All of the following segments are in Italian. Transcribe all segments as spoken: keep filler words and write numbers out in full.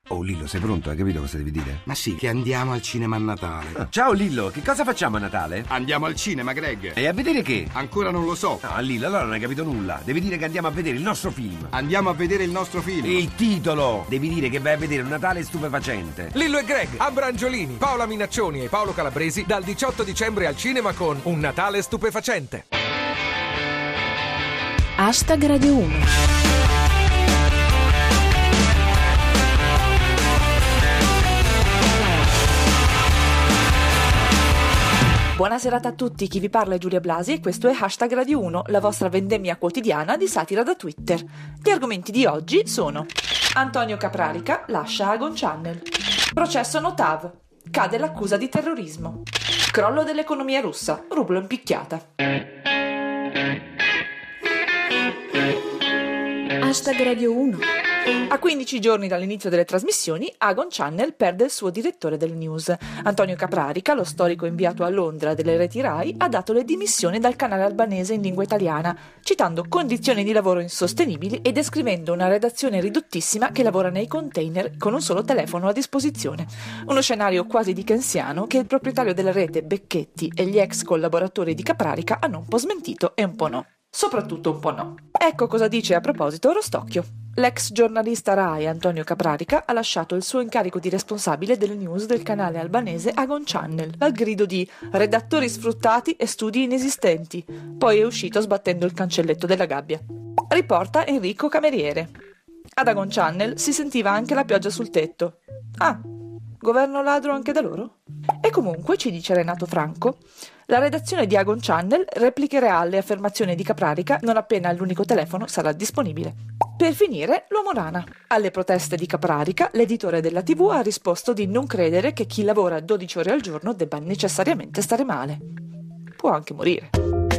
Oh Lillo, sei pronto? Hai capito cosa devi dire? Ma sì, che andiamo al cinema a Natale. Ah, ciao Lillo, che cosa facciamo a Natale? Andiamo al cinema, Greg. E a vedere che? Ancora non lo so. No, Lillo, allora non hai capito nulla. Devi dire che andiamo a vedere il nostro film. Andiamo a vedere il nostro film. Il titolo! Devi dire che vai a vedere un Natale stupefacente. Lillo e Greg, Abrangiolini, Paola Minaccioni e Paolo Calabresi dal diciotto dicembre al cinema con Un Natale stupefacente. Hashtag Radio uno. Buona serata a tutti, chi vi parla è Giulia Blasi e questo è Hashtag Radio uno, la vostra vendemmia quotidiana di satira da Twitter. Gli argomenti di oggi sono: Antonio Caprarica lascia Agon Channel, processo Notav, cade l'accusa di terrorismo, crollo dell'economia russa, rublo in picchiata. Hashtag Radio uno. A quindici giorni dall'inizio delle trasmissioni, Agon Channel perde il suo direttore del news. Antonio Caprarica, lo storico inviato a Londra delle reti Rai, ha dato le dimissioni dal canale albanese in lingua italiana, citando condizioni di lavoro insostenibili e descrivendo una redazione ridottissima che lavora nei container con un solo telefono a disposizione. Uno scenario quasi dickensiano che il proprietario della rete Becchetti e gli ex collaboratori di Caprarica hanno un po' smentito e un po' no. Soprattutto un po' no. Ecco cosa dice a proposito Rostocchio. L'ex giornalista Rai Antonio Caprarica ha lasciato il suo incarico di responsabile delle news del canale albanese Agon Channel al grido di redattori sfruttati e studi inesistenti. Poi è uscito sbattendo il cancelletto della gabbia. Riporta Enrico Cameriere. Ad Agon Channel si sentiva anche la pioggia sul tetto. Ah, governo ladro anche da loro? E comunque, ci dice Renato Franco, la redazione di Agon Channel replicherà le affermazioni di Caprarica non appena l'unico telefono sarà disponibile. Per finire, l'uomo rana. Alle proteste di Caprarica, l'editore della tivù ha risposto di non credere che chi lavora dodici ore al giorno debba necessariamente stare male. Può anche morire.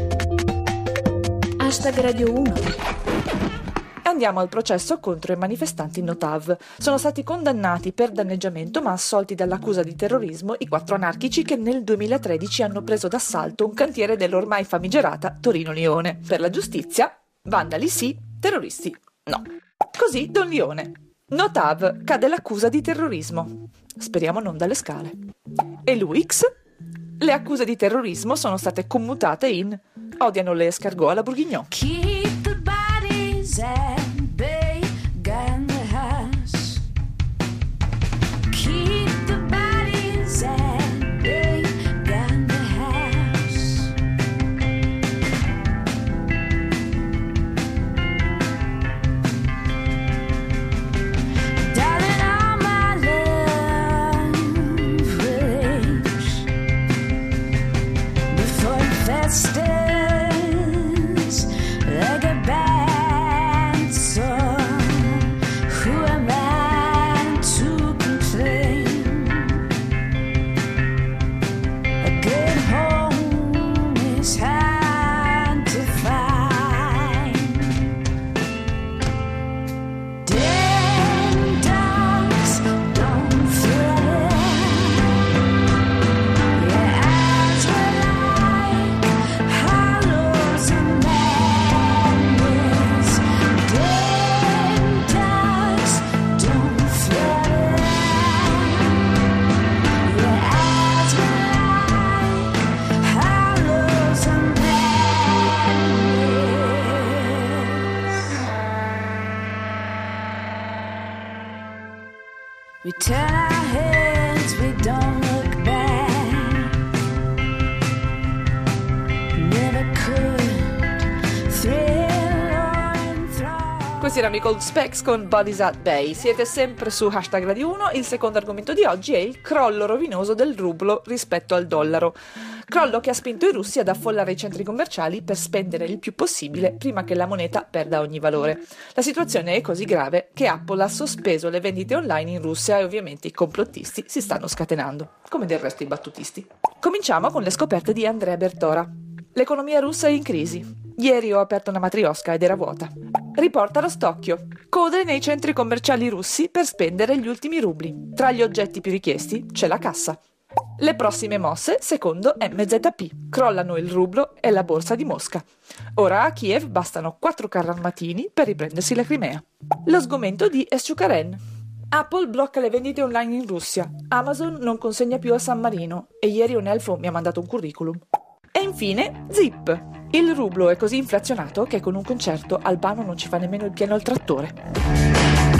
Hashtag Radio uno. Andiamo al processo contro i manifestanti Notav. Sono stati condannati per danneggiamento ma assolti dall'accusa di terrorismo i quattro anarchici che nel duemilatredici hanno preso d'assalto un cantiere dell'ormai famigerata Torino-Lione. Per la giustizia, vandali sì, terroristi no. Così Don Lione. Notav, cade l'accusa di terrorismo. Speriamo non dalle scale. E l'U X? Le accuse di terrorismo sono state commutate in odiano le escargot alla Bourguignon. Keep the bodies at bay, gun the house. Keep the bodies at bay, gun the house. Darling, all my love will age before it festers like a bad song. Who am I to complain? A good home is hard to find. Dead dogs don't feel your eyes were like hollows and madness. Dead dogs don't feel your eyes were like hollows and madness. We turn our heads, we don't look back. Never could thrill or enthrall. Questi erano i Cold Specs con Bodies at Bay. Siete sempre su Hashtag Radio uno. Il secondo argomento di oggi è il crollo rovinoso del rublo rispetto al dollaro. Crollo che ha spinto i russi ad affollare i centri commerciali per spendere il più possibile prima che la moneta perda ogni valore. La situazione è così grave che Apple ha sospeso le vendite online in Russia e ovviamente i complottisti si stanno scatenando, come del resto i battutisti. Cominciamo con le scoperte di Andrea Bertora. L'economia russa è in crisi. Ieri ho aperto una matriosca ed era vuota. Riporta Rostocchio. Code nei centri commerciali russi per spendere gli ultimi rubli. Tra gli oggetti più richiesti c'è la cassa. Le prossime mosse, secondo M Z P. Crollano il rublo e la borsa di Mosca. Ora a Kiev bastano quattro carri armatini per riprendersi la Crimea. Lo sgomento di Eschukaren. Apple blocca le vendite online in Russia. Amazon non consegna più a San Marino. E ieri un elfo mi ha mandato un curriculum. E infine, Zip. Il rublo è così inflazionato che con un concerto Albano non ci fa nemmeno il pieno al trattore.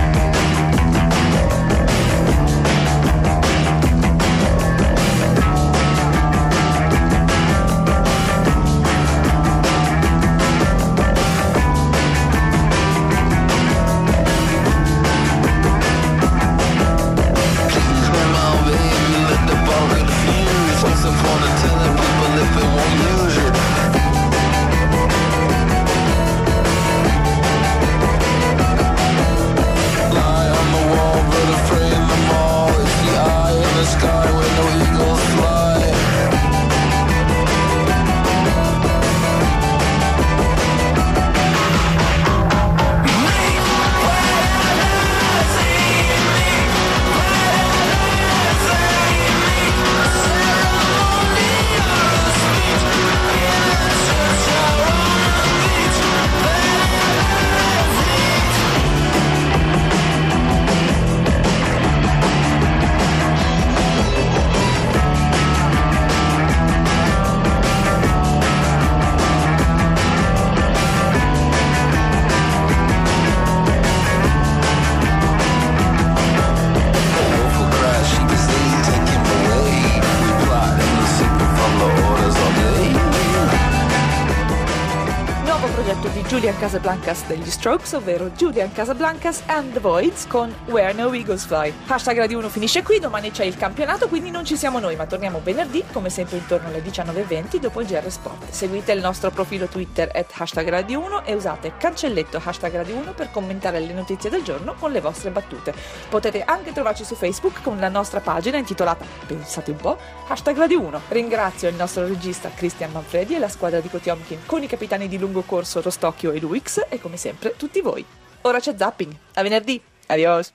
Di Julian Casablancas degli Strokes, ovvero Julian Casablancas and the Voids con Where No Eagles Fly. Hashtag Radio uno finisce qui, domani c'è il campionato, quindi non ci siamo noi, ma torniamo venerdì, come sempre intorno alle diciannove e venti dopo il G R Sport. Seguite il nostro profilo Twitter at hashtag Radio uno e usate cancelletto hashtag Radio uno per commentare le notizie del giorno con le vostre battute. Potete anche trovarci su Facebook con la nostra pagina intitolata, pensate un po', hashtag Radio uno. Ringrazio il nostro regista Christian Manfredi e la squadra di Potiomkin con i capitani di lungo corso Rostocchio e Luix e come sempre tutti voi. Ora c'è zapping. A venerdì. Adios.